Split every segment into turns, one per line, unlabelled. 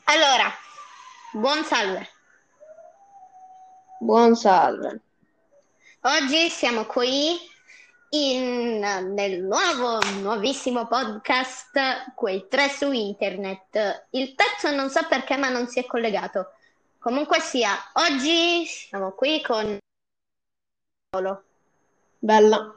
Allora, buon salve.
Buon salve.
Oggi siamo qui nel nuovissimo podcast, quei tre su internet. Il terzo non so perché, ma non si è collegato. Comunque sia, oggi siamo qui con Paolo.
Bella.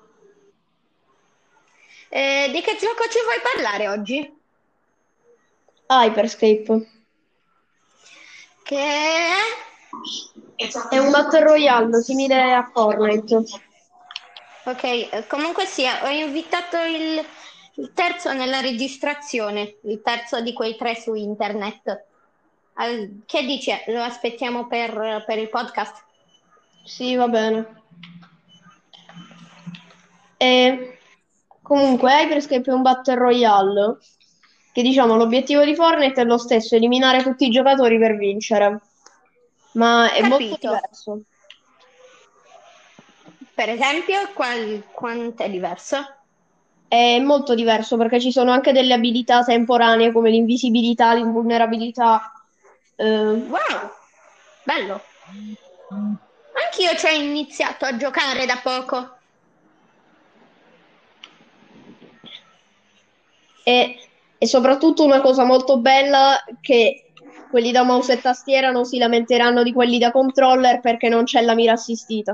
Di che gioco ci vuoi parlare oggi?
Hyperscape.
Che è?
È un Battle Royale simile a Fortnite.
Ok, comunque sia, ho invitato il terzo nella registrazione, il terzo di quei tre su internet. Che dice? Lo aspettiamo per il podcast?
Sì, va bene. E comunque Hyperscape è un Battle Royale che diciamo l'obiettivo di Fortnite è lo stesso, eliminare tutti i giocatori per vincere. Ma è molto
Capito.
diverso.
Per esempio, quanto è diverso?
È molto diverso perché ci sono anche delle abilità temporanee come l'invisibilità, l'invulnerabilità. Eh,
Wow, bello. Anch'io ci ho iniziato a giocare da poco.
E, e soprattutto una cosa molto bella che quelli da mouse e tastiera non si lamenteranno di quelli da controller perché non c'è la mira assistita.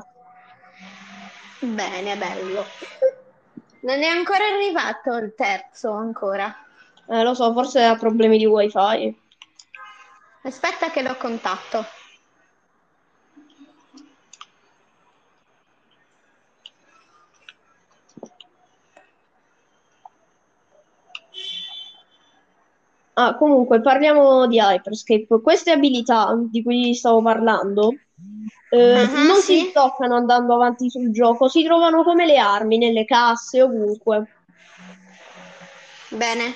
Bene, bello. Non è ancora arrivato il terzo, ancora.
Lo so, forse ha problemi di wifi.
Aspetta che lo contatto.
Ah, comunque, parliamo di Hyperscape. Queste abilità di cui stavo parlando
Ah,
non si
sì?
sbloccano andando avanti sul gioco, si trovano come le armi, nelle casse, ovunque.
Bene.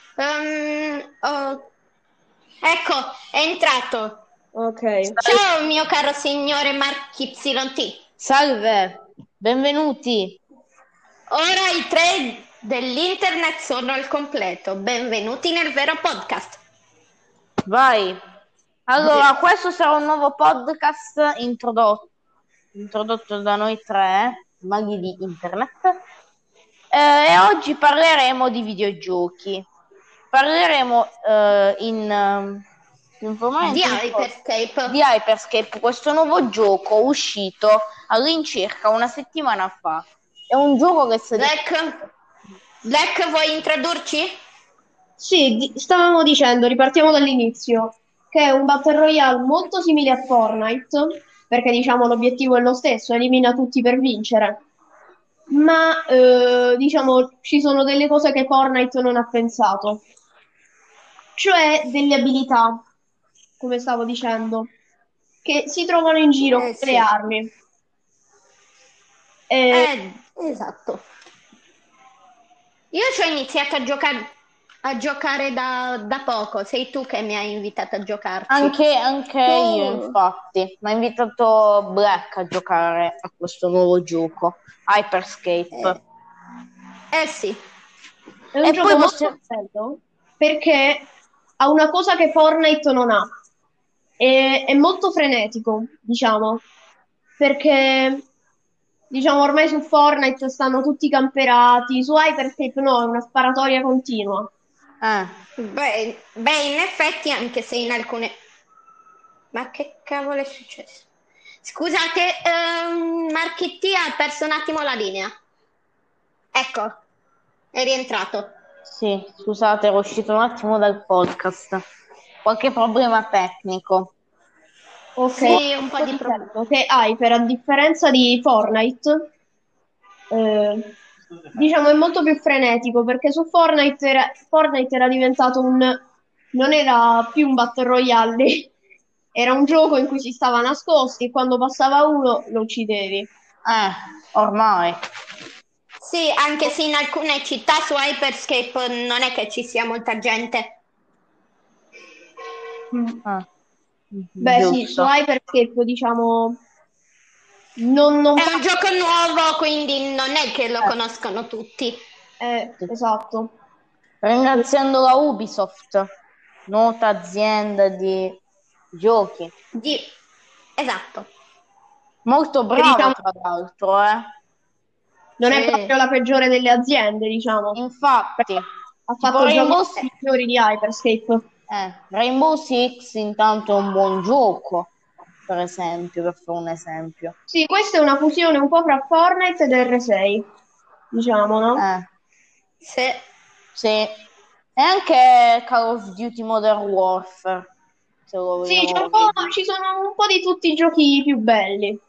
Ecco, è entrato.
Ok.
Ciao, mio caro signore Mark YT.
Salve, benvenuti.
Ora i tre dell'internet sono al completo. Benvenuti nel vero podcast.
Vai. Allora, questo sarà un nuovo podcast introdotto da noi tre, maghi di internet. E oggi parleremo di videogiochi. Parleremo
Di
informalmente
Hyperscape.
di Hyperscape, questo nuovo gioco uscito all'incirca una settimana fa. È un gioco che sta
Black, vuoi introdurci?
Sì, stavamo dicendo, ripartiamo dall'inizio, che è un Battle Royale molto simile a Fortnite, perché diciamo l'obiettivo è lo stesso, elimina tutti per vincere. Ma diciamo ci sono delle cose che Fortnite non ha pensato, cioè delle abilità, come stavo dicendo, che si trovano in giro come le
Sì.
armi. E
Esatto. Io ci ho iniziato a giocare da poco. Sei tu che mi hai invitato a giocarci.
Anche io,
Tu...
infatti, mi ha invitato Black a giocare a questo nuovo gioco, Hyperscape.
Sì.
È un
E poi
gioco molto bello perché ha una cosa che Fortnite non ha. È molto frenetico, diciamo, perché diciamo ormai su Fortnite stanno tutti camperati, su Hyperscape no, è una sparatoria continua.
Beh, in effetti, anche se in alcune... Ma che cavolo è successo? Scusate, Marchetti ha perso un attimo la linea. Ecco, è rientrato.
sì, scusate, ero uscito un attimo dal podcast. Qualche problema tecnico.
Ok,
Sì, un po'
sto
di problemi.
dicendo che Hyper, a differenza di Fortnite, diciamo è molto più frenetico perché su Fortnite era diventato non era più un Battle Royale, era un gioco in cui si stava nascosti e quando passava uno lo uccidevi.
Ormai.
Sì, anche se in alcune città su Hyperscape non è che ci sia molta gente.
Mm.
Ah,
Beh, sì, su
giusto.
Hyperscape, diciamo, non
È
fa...
un gioco nuovo, quindi non è che lo conoscono tutti.
esatto.
Ringraziando la Ubisoft. nota azienda di giochi.
Esatto.
Molto
Che,
bravo,
diciamo,
tra l'altro,
non è
Sì.
proprio la peggiore delle aziende, diciamo.
Infatti,
Ha
tipo
fatto giochi
Rainbow Six,
migliori di Hyperscape.
Rainbow Six intanto è un buon gioco, per esempio, per fare un esempio.
Sì, questa è una fusione un po' fra Fortnite ed R6, diciamo, no?
Sì.
Sì. E anche Call of Duty Modern Warfare, se lo
Sì,
vogliamo vedere.
ci sono un po' di tutti i giochi più belli.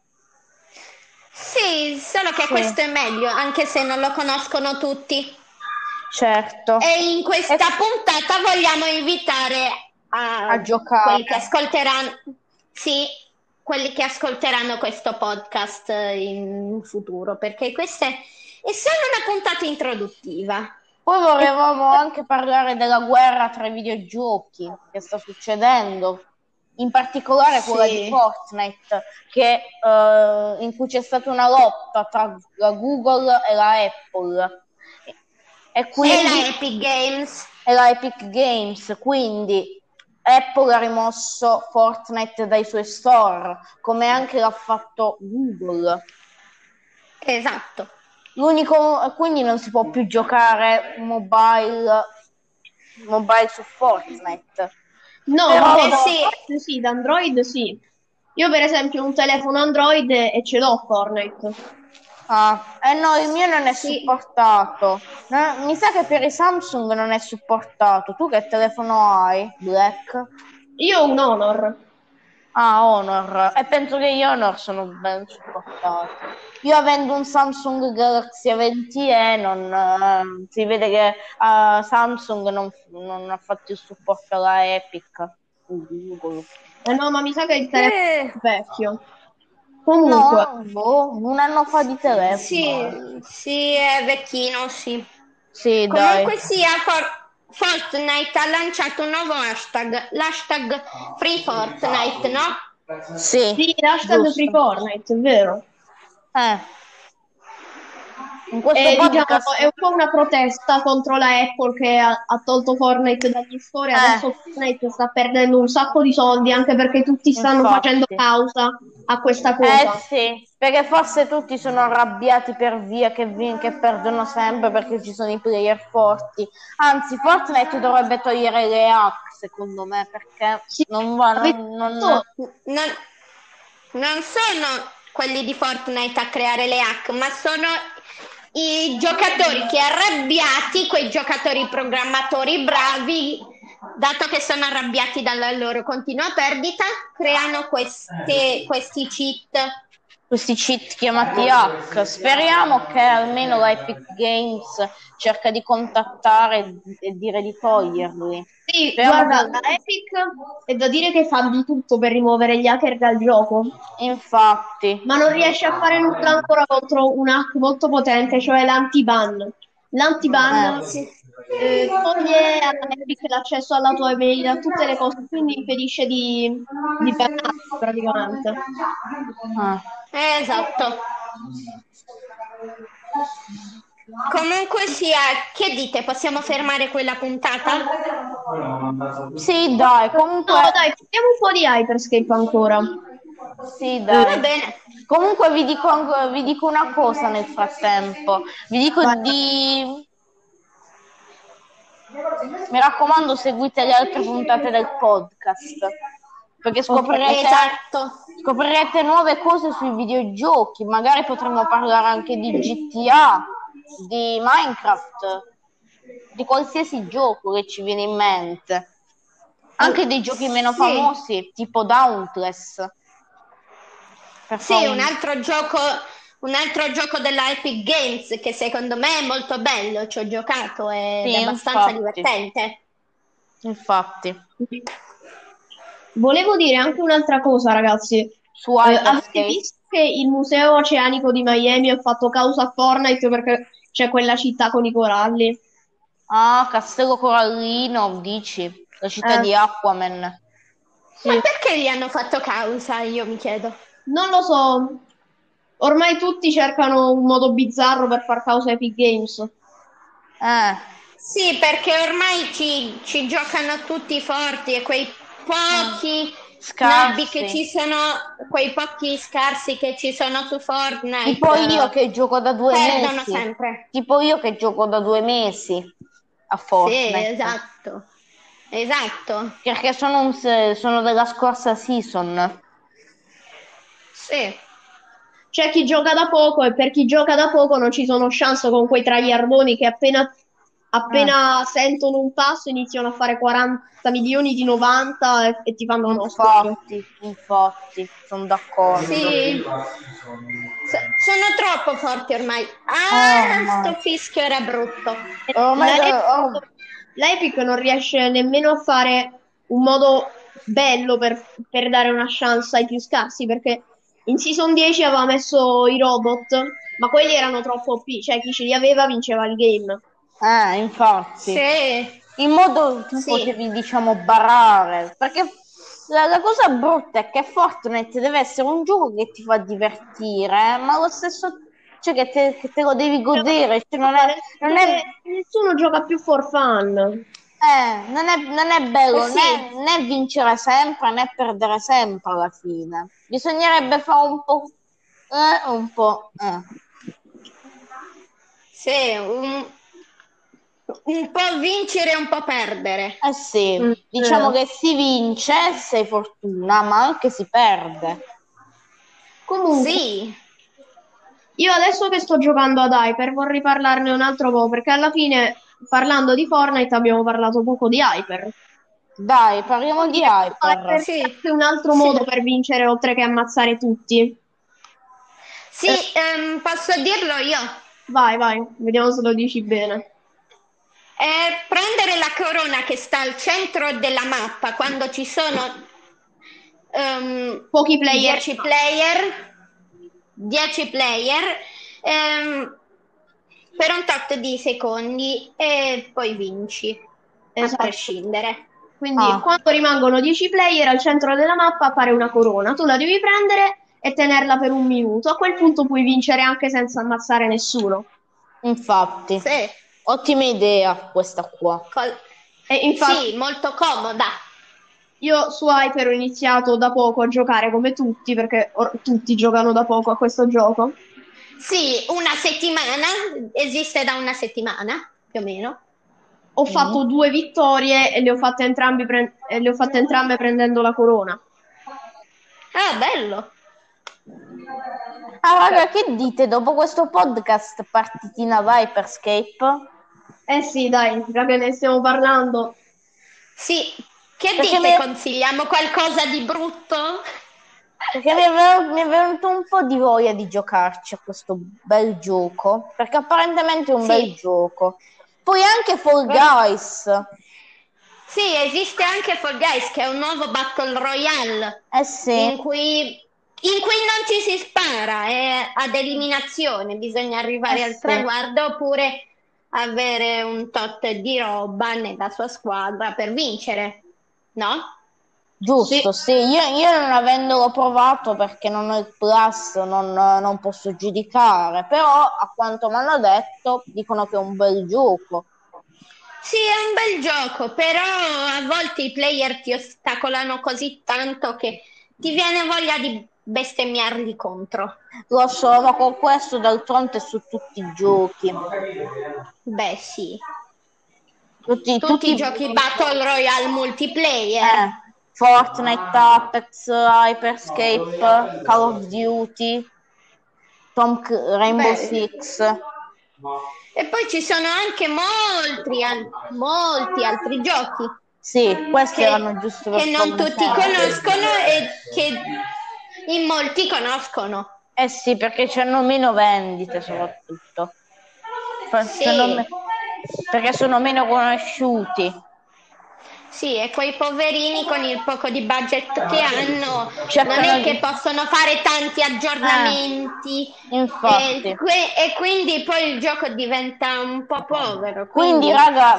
Sì, solo che
Sì,
questo è meglio, anche se non lo conoscono tutti.
certo.
E in
E
questa puntata vogliamo invitare
a
quelli
giocare.
che ascolteranno, sì, quelli che ascolteranno questo podcast in futuro, perché questa è solo una puntata introduttiva.
Poi volevamo anche parlare della guerra tra i videogiochi che sta succedendo, in particolare quella di
Sì.
Fortnite, in cui c'è stata una lotta tra la Google e la Apple. E
E
quindi
la Epic Games.
e la Epic Games, quindi Apple ha rimosso Fortnite dai suoi store, come anche l'ha fatto Google.
Esatto.
Quindi non si può più giocare mobile su Fortnite.
No,
Però
da
sì.
Android sì, da Android sì. Io per esempio ho un telefono Android e ce l'ho Fortnite.
no, il mio non è
Sì.
supportato. No, mi sa che per i Samsung non è supportato. Tu che telefono hai? Black?
Io ho un Honor.
Honor. E penso che gli Honor sono ben supportati. Io avendo un Samsung Galaxy A20e si vede che Samsung non ha fatto il supporto alla Epic. Google.
No, ma mi sa che il telefono è vecchio. Comunque,
No, un anno fa di telefono.
Sì, è vecchino, sì.
Sì, dai.
Comunque sia, Fortnite ha lanciato un nuovo hashtag, l'hashtag Free Fortnite, no?
Sì,
sì, l'hashtag Free
giusto.
Fortnite, è vero.
In questo
Diciamo,
podcast
è un po' una protesta contro la Apple che ha tolto Fortnite dagli store e adesso Fortnite sta perdendo un sacco di soldi anche perché tutti stanno facendo
infatti.
causa a questa cosa.
Sì, perché forse tutti sono arrabbiati per via che perdono sempre perché ci sono i player forti. Anzi, Fortnite dovrebbe togliere le hack, secondo me, perché
Sì,
non va,
avete
non...
visto?
Non sono quelli di Fortnite a creare le hack, ma sono i giocatori che arrabbiati, quei giocatori programmatori bravi, dato che sono arrabbiati dalla loro continua perdita, creano questi cheat.
questi cheat chiamati hack. Speriamo che almeno la Epic Games cerca di contattare e dire di toglierli.
Sì,
Speriamo
guarda,
che...
la Epic è da dire che fa di tutto per rimuovere gli hacker dal gioco,
Infatti,
ma non riesce a fare nulla ancora contro un hack molto potente, cioè l'anti-ban. L'anti-ban
Sì.
toglie alla Epic l'accesso alla tua email, a tutte le cose, quindi impedisce di bannarti praticamente.
Esatto. Comunque sia, che dite? Possiamo fermare quella puntata?
sì, dai, comunque,
No, dai, parliamo un po' di Hyperscape ancora.
sì,
Va
dai.
bene.
Comunque vi dico una cosa nel frattempo. Vi dico
Vai.
mi raccomando, seguite le altre puntate del podcast, perché
Esatto.
scoprirete nuove cose sui videogiochi. Magari potremo parlare anche di GTA, di Minecraft, di qualsiasi gioco che ci viene in mente. Anche dei giochi meno
Sì.
famosi, tipo Dauntless.
Sì, un altro gioco della Epic Games che secondo me è molto bello, ci ho giocato ed
Sì,
è abbastanza
infatti.
divertente.
Infatti.
Volevo dire anche un'altra cosa, ragazzi.
Su
Avete
Hyperscape.
visto che il Museo Oceanico di Miami ha fatto causa a Fortnite perché c'è quella città con i coralli?
Castello Corallino, dici? La città
Eh,
di Aquaman.
Ma
sì.
perché gli hanno fatto causa? Io mi chiedo.
Non lo so. Ormai tutti cercano un modo bizzarro per far causa a Epic Games.
Sì, perché ormai ci giocano tutti forti e quei pochi nobby che
Scarsi.
ci sono, quei pochi scarsi che ci sono su Fortnite,
Tipo io che gioco da 2 mesi.
perdono sempre.
Tipo io che gioco da 2 mesi a
Sì,
Fortnite.
esatto. Esatto.
Perché sono della scorsa season.
Sì.
C'è chi gioca da poco e per chi gioca da poco non ci sono chance con quei tryhardoni che appena sentono un passo iniziano a fare 40 milioni di 90 e ti fanno no, scusa.
Infatti, sono d'accordo.
Sì. Sono troppo forti ormai. Ah,
Ormai,
sto fischio era brutto.
ormai,
La Epic, la Epic non riesce nemmeno a fare un modo bello per dare una chance ai più scarsi, perché in Season 10 aveva messo i robot, ma quelli erano troppo OP, cioè chi ce li aveva vinceva il game.
infatti.
Sì.
In modo tu
Sì.
potevi, diciamo, barare. Perché la cosa brutta è che Fortnite deve essere un gioco che ti fa divertire, ma allo stesso cioè che te lo devi godere. Cioè, non è,
Nessuno gioca più for fun.
non è bello
Sì.
né vincere sempre né perdere sempre alla fine. Bisognerebbe fare un po'.
Sì, un po' vincere e un po' perdere.
Eh sì, diciamo
Vero.
che si vince se hai fortuna, ma anche si perde.
Comunque,
Sì.
io adesso che sto giocando ad Hyper vorrei parlarne un altro po', perché alla fine, parlando di Fortnite, abbiamo parlato poco di Hyper.
Dai, parliamo di
Hyper
Hyper.
è
Sì.
anche un altro
Sì.
modo per vincere oltre che ammazzare tutti.
Sì, posso dirlo io.
Vai, vai, vediamo se lo dici bene.
È prendere la corona che sta al centro della mappa quando ci sono
Pochi player.
10 player, 10 player per un tot di secondi e poi vinci, a
Esatto.
prescindere.
Quindi quando rimangono 10 player al centro della mappa appare una corona, tu la devi prendere e tenerla per un minuto. A quel punto puoi vincere anche senza ammazzare nessuno.
Infatti,
Sì,
ottima idea questa qua.
E infatti
sì, molto comoda.
io su Hyper ho iniziato da poco a giocare come tutti, perché tutti giocano da poco a questo gioco.
Sì, una settimana, esiste da una settimana, più o meno.
Ho fatto 2 vittorie e le ho fatte entrambe prendendo la corona.
Ah, bello.
Ah, raga, che dite? Dopo questo podcast partitina Viperscape?
Eh sì, dai, già che ne stiamo parlando.
Sì, che
Perché
dite? Consigliamo qualcosa di brutto?
mi è venuto un po' di voglia di giocarci a questo bel gioco, perché apparentemente è un bel
Sì.
gioco. Poi anche Fall Guys.
Sì, esiste anche Fall Guys, che è un nuovo Battle Royale
Eh sì,
in cui non ci si spara, è ad eliminazione, bisogna arrivare al
sì.
traguardo oppure avere un tot di roba nella sua squadra per vincere, no?
Giusto, sì. Io non avendolo provato perché non ho il Plus, non posso giudicare, però a quanto mi hanno detto, dicono che è un bel gioco.
Sì, è un bel gioco, però a volte i player ti ostacolano così tanto che ti viene voglia di bestemmiarli contro.
Lo so, ma con questo d'altronde è su tutti i giochi.
Beh, sì.
Tutti
Tutti i giochi Battle Royale multiplayer.
Fortnite, Apex, Hyperscape, Call of Duty, Rainbow
Beh,
Six.
e poi ci sono anche molti altri giochi
Sì, questi erano giusto per
che non
fare un
tutti
esempio.
conoscono e che in molti conoscono.
Eh sì, perché c'hanno meno vendite soprattutto.
Sì.
Perché sono meno conosciuti.
Sì, e quei poverini con il poco di budget che hanno non
Cercano
è
di...
che possono fare tanti aggiornamenti
infatti.
e quindi poi il gioco diventa un po' povero.
Quindi,
Quindi
raga,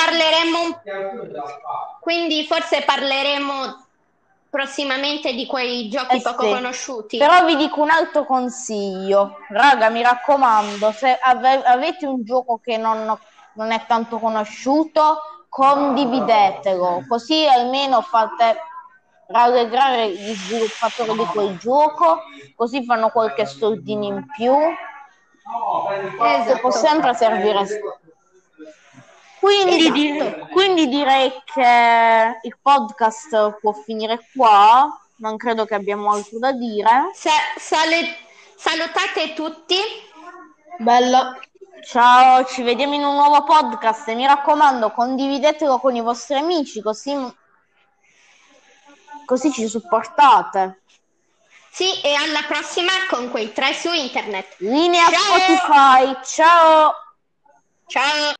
quindi forse parleremo prossimamente di quei giochi poco
sì.
conosciuti.
Però vi dico un altro consiglio. Raga, mi raccomando, se avete un gioco che non non è tanto conosciuto, condividetelo, così almeno fate rallegrare gli sviluppatori di quel gioco, così fanno qualche soldino in più, che può sempre servire. Quindi direi che il podcast può finire qua, non credo che abbiamo altro da dire.
Salutate tutti.
Bella.
Ciao, ci vediamo in un nuovo podcast e mi raccomando, condividetelo con i vostri amici, così ci supportate.
Sì, e alla prossima con quei 3 su internet.
Linea Spotify, ciao!
Ciao!